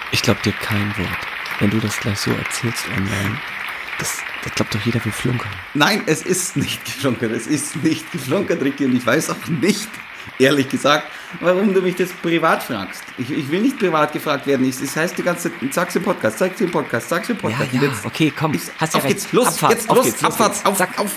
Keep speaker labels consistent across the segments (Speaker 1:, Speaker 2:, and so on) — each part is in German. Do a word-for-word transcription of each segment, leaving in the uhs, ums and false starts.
Speaker 1: Ich glaub dir kein Wort. Wenn du das gleich so erzählst online, das, das glaubt doch jeder, wir flunkern.
Speaker 2: Nein, es ist nicht geflunkert. Es ist nicht geflunkert, Ricky. Und ich weiß auch nicht, ehrlich gesagt, warum du mich das privat fragst. Ich, ich will nicht privat gefragt werden. Ich, das heißt die ganze Zeit, sag's im Podcast, sag's im Podcast, sag's im Podcast.
Speaker 1: Ja, ja,
Speaker 2: jetzt,
Speaker 1: okay, komm.
Speaker 2: Ich,
Speaker 1: hast ja
Speaker 2: auf
Speaker 1: recht.
Speaker 2: geht's, los,
Speaker 1: Abfahrt,
Speaker 2: jetzt,
Speaker 1: auf
Speaker 2: los,
Speaker 1: geht's, los
Speaker 2: Abfahrt,
Speaker 1: geht's.
Speaker 2: auf,
Speaker 1: Sag.
Speaker 2: auf.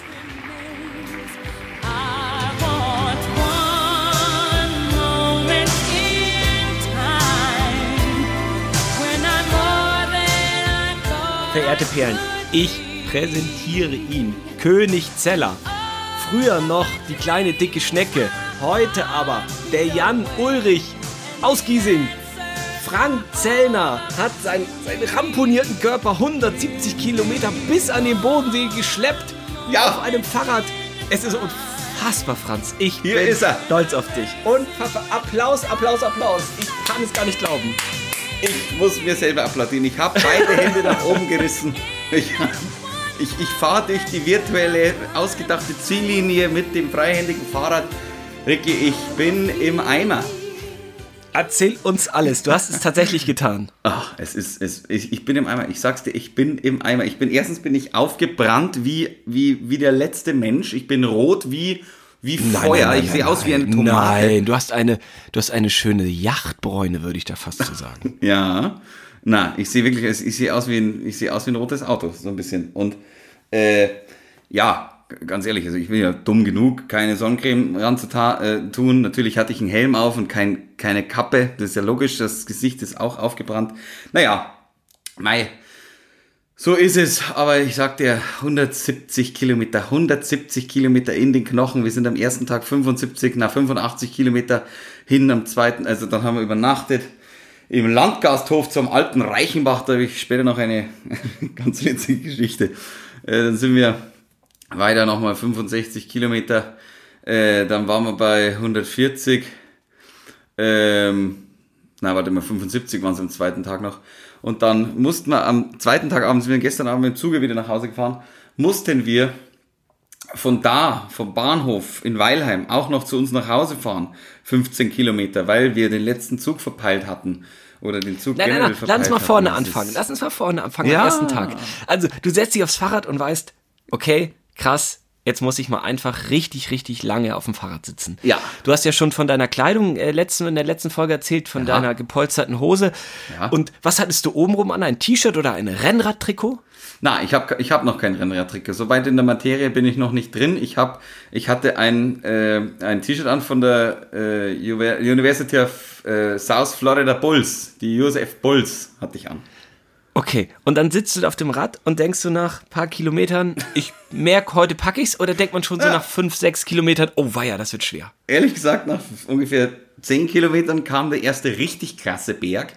Speaker 1: Verehrte Perlen, ich präsentiere ihn, König Zeller. Früher noch die kleine dicke Schnecke, heute aber der Jan Ulrich aus Giesing. Frank Zellner hat sein, seinen ramponierten Körper hundertsiebzig Kilometer bis an den Bodensee geschleppt. Ja. Auf einem Fahrrad. Es ist unfassbar, Franz. Ich
Speaker 2: Hier
Speaker 1: bin
Speaker 2: ist er.
Speaker 1: stolz auf dich. Unfassbar. Applaus, Applaus, Applaus. Ich kann es gar nicht glauben.
Speaker 2: Ich muss mir selber applaudieren. Ich habe beide Hände nach oben gerissen. Ich, ich, ich fahre durch die virtuelle, ausgedachte Ziellinie mit dem freihändigen Fahrrad. Ricky, ich bin im Eimer.
Speaker 1: Erzähl uns alles. Du hast es tatsächlich getan.
Speaker 2: Ach, es ist, es, ich, ich bin im Eimer. Ich sag's dir, ich bin im Eimer. Ich bin, erstens bin ich aufgebrannt wie, wie, wie der letzte Mensch. Ich bin rot wie, wie Feuer. Nein, nein, ich sehe aus wie eine Tomate.
Speaker 1: Nein, du hast eine, du hast eine schöne Yachtbräune, würde ich da fast so sagen.
Speaker 2: Ja, na, ich sehe wirklich, ich sehe aus wie ein, ich sehe aus wie ein rotes Auto, so ein bisschen. Und, äh, ja, ganz ehrlich, also ich bin ja dumm genug, keine Sonnencreme ranzutun. Natürlich hatte ich einen Helm auf und kein, keine Kappe. Das ist ja logisch, das Gesicht ist auch aufgebrannt. Naja, mei, so ist es. Aber ich sag dir, hundertsiebzig Kilometer, hundertsiebzig Kilometer in den Knochen. Wir sind am ersten Tag fünfundsiebzig, na fünfundachtzig Kilometer hin am zweiten. Also dann haben wir übernachtet im Landgasthof zum alten Reichenbach. Da habe ich später noch eine ganz witzige Geschichte. Äh, dann sind wir weiter nochmal fünfundsechzig Kilometer, äh, dann waren wir bei hundertvierzig, ähm, na warte mal, fünfundsiebzig waren es am zweiten Tag noch. Und dann mussten wir am zweiten Tag abends, wir sind gestern Abend mit dem Zuge wieder nach Hause gefahren, mussten wir von da, vom Bahnhof in Weilheim, auch noch zu uns nach Hause fahren, fünfzehn Kilometer, weil wir den letzten Zug verpeilt hatten. Oder den Zug
Speaker 1: nein,
Speaker 2: generell
Speaker 1: nein, nein, lass uns mal
Speaker 2: hatten.
Speaker 1: vorne
Speaker 2: Das
Speaker 1: anfangen.
Speaker 2: ist-
Speaker 1: Lass uns mal vorne anfangen
Speaker 2: Ja.
Speaker 1: am ersten Tag. Also, du setzt dich aufs Fahrrad und weißt, okay, krass, jetzt muss ich mal einfach richtig, richtig lange auf dem Fahrrad sitzen.
Speaker 2: Ja.
Speaker 1: Du hast ja schon von deiner Kleidung äh, letzten, in der letzten Folge erzählt, von
Speaker 2: Ja.
Speaker 1: deiner gepolsterten Hose.
Speaker 2: Ja.
Speaker 1: Und was hattest du obenrum an? Ein T-Shirt oder ein Rennradtrikot?
Speaker 2: Na, ich habe ich hab noch kein Rennradtrikot. So weit in der Materie bin ich noch nicht drin. Ich hab, ich hatte ein, äh, ein T-Shirt an von der äh, University of äh, South Florida Bulls. Die U S F Bulls hatte ich an.
Speaker 1: Okay, und dann sitzt du auf dem Rad und denkst du nach ein paar Kilometern, ich merke, heute packe ich's, oder denkt man schon so
Speaker 2: Ja.
Speaker 1: nach fünf, sechs Kilometern, oh weia, das wird schwer.
Speaker 2: Ehrlich gesagt, nach ungefähr zehn Kilometern kam der erste richtig krasse Berg.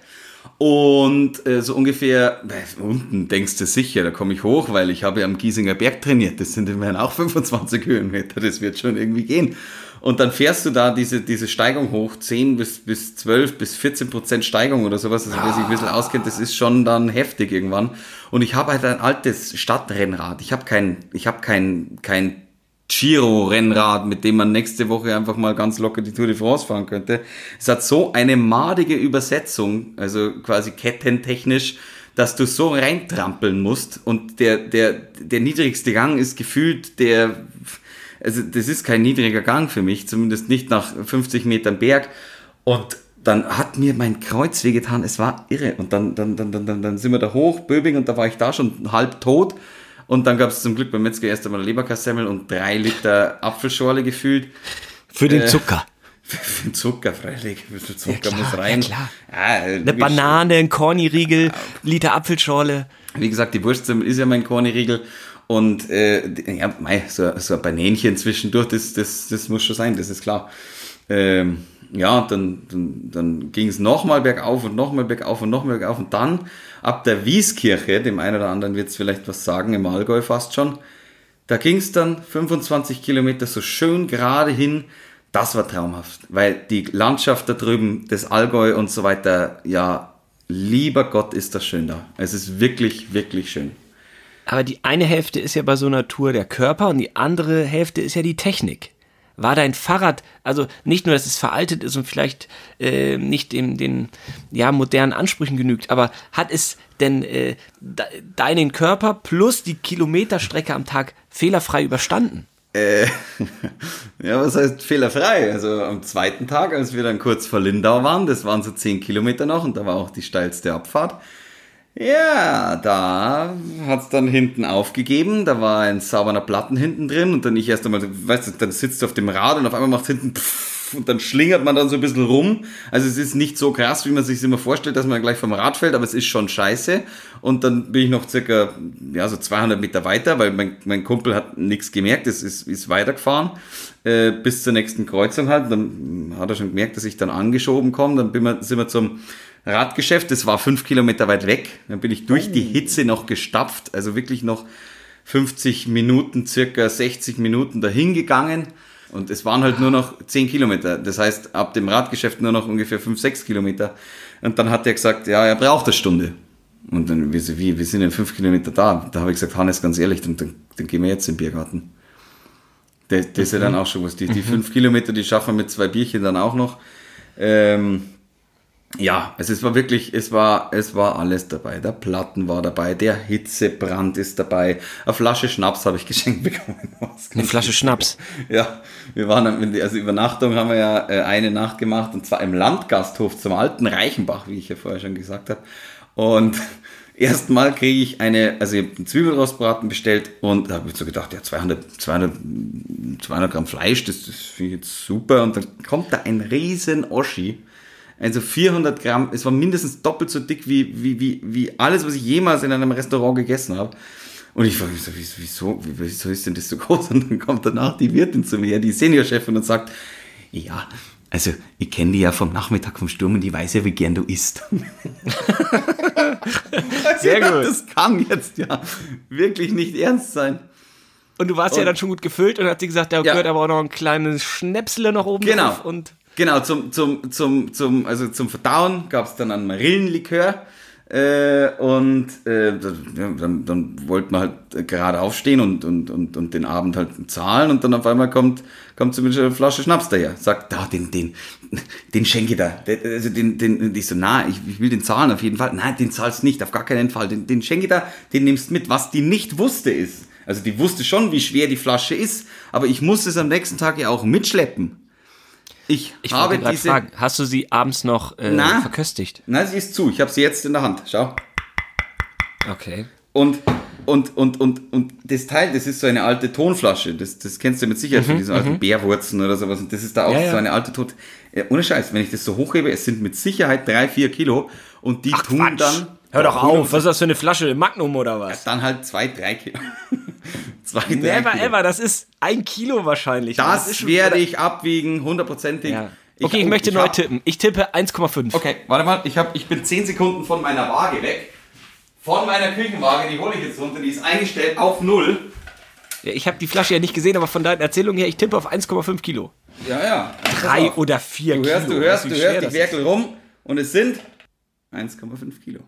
Speaker 2: Und äh, so ungefähr, äh, unten denkst du sicher, da komme ich hoch, weil ich habe ja am Giesinger Berg trainiert. Das sind immerhin auch fünfundzwanzig Höhenmeter, das wird schon irgendwie gehen. Und dann fährst du da diese, diese Steigung hoch, zehn bis, bis zwölf bis vierzehn Prozent Steigung oder sowas, also wer sich ein bisschen auskennt, das ist schon dann heftig irgendwann. Und ich habe halt ein altes Stadtrennrad. Ich habe kein, ich habe kein, kein Giro-Rennrad, mit dem man nächste Woche einfach mal ganz locker die Tour de France fahren könnte. Es hat so eine madige Übersetzung, also quasi kettentechnisch, dass du so reintrampeln musst. Und der, der, der niedrigste Gang ist gefühlt der, also das ist kein niedriger Gang für mich, zumindest nicht nach fünfzig Metern Berg. Und dann hat mir mein Kreuz wehgetan, es war irre. Und dann, dann, dann, dann, dann sind wir da hoch, Böbing, und da war ich da schon halb tot. Und dann gab es zum Glück beim Metzger erst einmal Leberkassemmel und drei Liter Apfelschorle gefühlt.
Speaker 1: Für den
Speaker 2: Äh,
Speaker 1: Zucker.
Speaker 2: Für den Zucker, freilich. Ein bisschen Zucker
Speaker 1: Ja, klar,
Speaker 2: muss rein.
Speaker 1: ja, klar.
Speaker 2: Ja,
Speaker 1: Eine
Speaker 2: logisch.
Speaker 1: Banane, ein Corny-Riegel, Liter Apfelschorle.
Speaker 2: Wie gesagt, die Wurstsemmel ist ja mein Corny-Riegel. Und äh, ja, mei, so, so ein Banänchen zwischendurch, das, das, das muss schon sein, das ist klar. Ähm, ja, dann, dann, dann ging es nochmal bergauf und nochmal bergauf und nochmal bergauf. Und dann ab der Wieskirche, dem einen oder anderen wird es vielleicht was sagen, im Allgäu fast schon, da ging es dann fünfundzwanzig Kilometer so schön gerade hin. Das war traumhaft, weil die Landschaft da drüben, das Allgäu und so weiter, ja, lieber Gott, ist das schön da. Es ist wirklich, wirklich schön.
Speaker 1: Aber die eine Hälfte ist ja bei so einer Tour der Körper und die andere Hälfte ist ja die Technik. war dein Fahrrad, also nicht nur, dass es veraltet ist und vielleicht äh, nicht dem, den ja, modernen Ansprüchen genügt, aber hat es denn äh, de- deinen Körper plus die Kilometerstrecke am Tag fehlerfrei überstanden?
Speaker 2: Äh, ja, was heißt fehlerfrei? Also am zweiten Tag, als wir dann kurz vor Lindau waren, das waren so zehn Kilometer noch und da war auch die steilste Abfahrt. Ja, da hat es dann hinten aufgegeben, da war ein sauberer Platten hinten drin und dann ich erst einmal, weißt du, dann sitzt du auf dem Rad und auf einmal macht es hinten pfff und dann schlingert man dann so ein bisschen rum. Also es ist nicht so krass, wie man sich immer vorstellt, dass man gleich vom Rad fällt, aber es ist schon scheiße. Und dann bin ich noch circa, ja, so zweihundert Meter weiter, weil mein, mein Kumpel hat nichts gemerkt, es ist, ist weitergefahren, äh, bis zur nächsten Kreuzung halt. Dann hat er schon gemerkt, dass ich dann angeschoben komme, dann bin wir, sind wir zum Radgeschäft, das war fünf Kilometer weit weg. Dann bin ich durch die Hitze noch gestapft, also wirklich noch fünfzig Minuten, circa sechzig Minuten dahin gegangen. Und es waren halt nur noch zehn Kilometer. Das heißt, ab dem Radgeschäft nur noch ungefähr fünf, sechs Kilometer. Und dann hat er gesagt, ja, er braucht eine Stunde. Und dann, wie, wie wir sind in fünf Kilometer da. Da habe ich gesagt, Hannes, ganz ehrlich, dann, dann, dann gehen wir jetzt in den Biergarten. Das, das ist ja dann auch schon was. Die, die fünf Kilometer, die schaffen wir mit zwei Bierchen dann auch noch. Ähm, Ja, also es war wirklich, es war, es war alles dabei. Der Platten war dabei, der Hitzebrand ist dabei, eine Flasche Schnaps habe ich geschenkt bekommen.
Speaker 1: Eine Flasche Schnaps?
Speaker 2: Ja, wir waren, also Übernachtung haben wir ja eine Nacht gemacht und zwar im Landgasthof zum alten Reichenbach, wie ich ja vorher schon gesagt habe. Und erstmal kriege ich eine, also ich habe einen Zwiebelrostbraten bestellt und da habe ich so gedacht, ja, zweihundert, zweihundert, zweihundert Gramm Fleisch, das, das finde ich jetzt super. Und dann kommt da ein riesen Oschi. Also vierhundert Gramm, es war mindestens doppelt so dick wie, wie, wie, wie alles, was ich jemals in einem Restaurant gegessen habe. Und ich frage mich so, wieso, wieso ist denn das so groß? Und dann kommt danach die Wirtin zu mir, die Seniorchefin, und sagt, ja, also ich kenne die ja vom Nachmittag vom Sturm und die weiß ja, wie gern du isst. Sehr gut. Das kann jetzt ja wirklich nicht ernst sein.
Speaker 1: Und du warst und, ja dann schon gut gefüllt und hat sie gesagt, da ja, gehört aber auch noch ein kleines Schnäpsle noch oben
Speaker 2: genau.
Speaker 1: drauf. Und
Speaker 2: Genau, zum, zum, zum, zum, also zum Verdauen gab es dann einen Marillenlikör äh, und äh, ja, dann, dann wollte man halt gerade aufstehen und, und, und, und den Abend halt zahlen und dann auf einmal kommt, kommt zumindest eine Flasche Schnaps daher. Sagt, da, den, den, den schenke ich da. Also den, den, ich so, na, ich, ich will den zahlen auf jeden Fall. Nein, den zahlst nicht, auf gar keinen Fall. Den, den schenke ich da, den nimmst mit. Was die nicht wusste ist, also die wusste schon, wie schwer die Flasche ist, aber ich musste es am nächsten Tag ja auch mitschleppen. Ich,
Speaker 1: ich
Speaker 2: habe
Speaker 1: diese... fragen, hast du sie abends noch äh, na, verköstigt?
Speaker 2: Nein, sie ist zu. Ich habe sie jetzt in der Hand. Schau.
Speaker 1: Okay.
Speaker 2: Und, und, und, und, und das Teil, das ist so eine alte Tonflasche. Das, das kennst du mit Sicherheit mhm, von diesen alten Bärwurzen oder sowas. Und das ist da auch ja, ja. so eine alte Ton... Äh, ohne Scheiß, wenn ich das so hochhebe, es sind mit Sicherheit drei, vier Kilo. Und die
Speaker 1: Ach,
Speaker 2: tun
Speaker 1: Quatsch.
Speaker 2: dann...
Speaker 1: Hör doch auf, was ist das für eine Flasche? Magnum oder was?
Speaker 2: Ja, dann halt zwei, drei Kilo. zwei, drei
Speaker 1: Never
Speaker 2: Kilo.
Speaker 1: ever, das ist ein Kilo wahrscheinlich.
Speaker 2: Das, das werde schon, ich abwiegen, hundertprozentig.
Speaker 1: Ja. Okay, ich, ich möchte ich neu hab, tippen. Ich tippe eins Komma fünf.
Speaker 2: Okay, warte mal, ich, hab, ich bin zehn Sekunden von meiner Waage weg. Von meiner Küchenwaage, die hole ich jetzt runter, die ist eingestellt auf null.
Speaker 1: Ja, ich habe die Flasche ja nicht gesehen, aber von deinen Erzählungen her, ich tippe auf eins Komma fünf Kilo.
Speaker 2: Ja, ja.
Speaker 1: Drei oder vier
Speaker 2: du hörst,
Speaker 1: Kilo.
Speaker 2: Du hörst, du hörst, du hörst, ich werkel rum und es sind eins Komma fünf Kilo.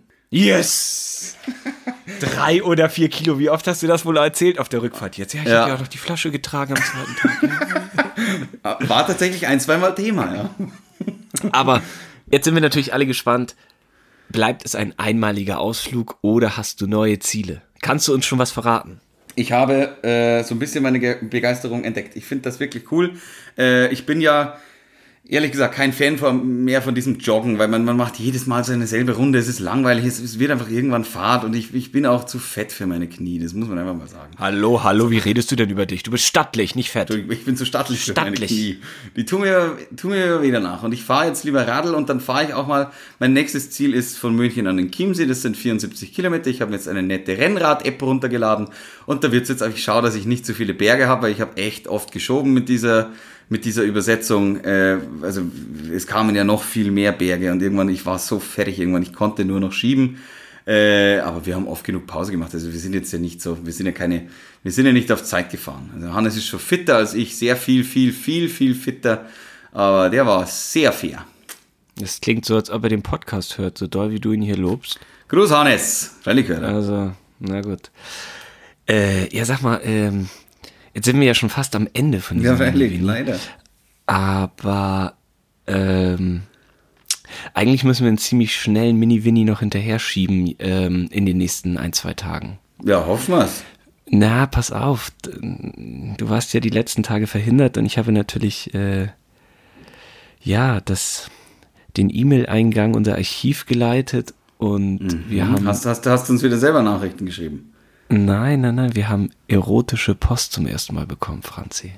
Speaker 1: Yes! Drei oder vier Kilo. Wie oft hast du das wohl erzählt auf der Rückfahrt jetzt? Ja, ich ja. habe ja auch noch die Flasche getragen am zweiten
Speaker 2: Tag. War tatsächlich ein, zweimal Thema, ja.
Speaker 1: Aber jetzt sind wir natürlich alle gespannt. Bleibt es ein einmaliger Ausflug oder hast du neue Ziele? Kannst du uns schon was verraten?
Speaker 2: Ich habe äh, so ein bisschen meine Ge- Begeisterung entdeckt. Ich finde das wirklich cool. Äh, ich bin ja... Ehrlich gesagt, kein Fan von, mehr von diesem Joggen, weil man, man macht jedes Mal so eine selbe Runde, es ist langweilig, es, es wird einfach irgendwann Fahrt und ich, ich bin auch zu fett für meine Knie, das muss man einfach mal sagen.
Speaker 1: Hallo, hallo, wie redest du denn über dich? Du bist stattlich, nicht fett.
Speaker 2: Ich bin zu stattlich,
Speaker 1: stattlich.
Speaker 2: für meine Knie. Die tun mir, tun mir wieder nach und ich fahre jetzt lieber Radl und dann fahre ich auch mal, mein nächstes Ziel ist von München an den Chiemsee, das sind vierundsiebzig Kilometer, ich habe mir jetzt eine nette Rennrad-App runtergeladen und da wird es jetzt, ich schaue, dass ich nicht so viele Berge habe, weil ich habe echt oft geschoben mit dieser mit dieser Übersetzung, äh, also es kamen ja noch viel mehr Berge und irgendwann, ich war so fertig, irgendwann, ich konnte nur noch schieben, äh, aber wir haben oft genug Pause gemacht, also wir sind jetzt ja nicht so, wir sind ja keine, wir sind ja nicht auf Zeit gefahren. Also Hannes ist schon fitter als ich, sehr viel, viel, viel, viel fitter, aber der war sehr fair.
Speaker 1: Das klingt so, als ob er den Podcast hört, so doll wie du ihn hier lobst.
Speaker 2: Gruß Hannes, freilich hört er.
Speaker 1: Also, na gut. Äh, ja, sag mal, ähm, Jetzt sind wir ja schon fast am Ende von
Speaker 2: Ja,
Speaker 1: diesem
Speaker 2: ehrlich,
Speaker 1: Mini-Vini.
Speaker 2: leider.
Speaker 1: Aber ähm, eigentlich müssen wir einen ziemlich schnellen Mini-Vini noch hinterher schieben ähm, in den nächsten ein, zwei Tagen.
Speaker 2: Ja, hoffen wir's.
Speaker 1: Na, pass auf. Du warst ja die letzten Tage verhindert und ich habe natürlich äh, ja das, den E-Mail-Eingang, unser Archiv geleitet und
Speaker 2: Mhm.
Speaker 1: wir haben...
Speaker 2: Hast, hast, hast du uns wieder selber Nachrichten geschrieben?
Speaker 1: Nein, nein, nein, wir haben erotische Post zum ersten Mal bekommen, Franzi.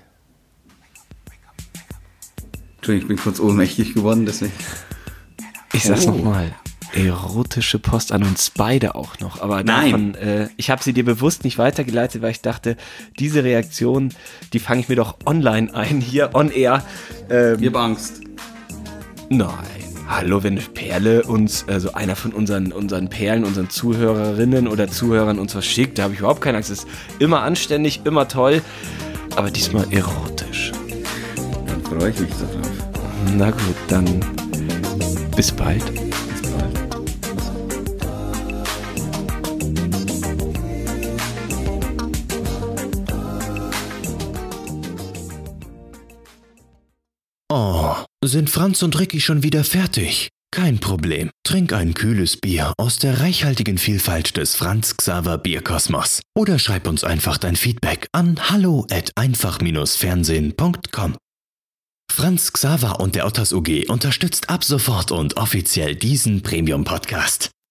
Speaker 2: Entschuldigung, ich bin kurz ohnmächtig geworden, deswegen.
Speaker 1: Ich sag's
Speaker 2: Oh.
Speaker 1: nochmal. Erotische Post an uns beide auch noch. Aber
Speaker 2: Nein.
Speaker 1: davon, äh, ich habe sie dir bewusst nicht weitergeleitet, weil ich dachte, diese Reaktion, die fange ich mir doch online ein, hier on air. Ähm,
Speaker 2: Ich hab Angst.
Speaker 1: nein. Hallo, wenn Perle uns, also einer von unseren, unseren Perlen, unseren Zuhörerinnen oder Zuhörern uns was schickt, da habe ich überhaupt keine Angst. Das ist immer anständig, immer toll, aber diesmal erotisch.
Speaker 2: Dann freue ich mich darauf.
Speaker 1: Na gut, dann bis bald.
Speaker 2: Bis bald.
Speaker 3: Oh, sind Franz und Ricky schon wieder fertig? Kein Problem. Trink ein kühles Bier aus der reichhaltigen Vielfalt des Franz Xaver Bierkosmos. Oder schreib uns einfach dein Feedback an hallo at einfach fernsehen punkt com. Franz Xaver und der Otters U G unterstützt ab sofort und offiziell diesen Premium-Podcast.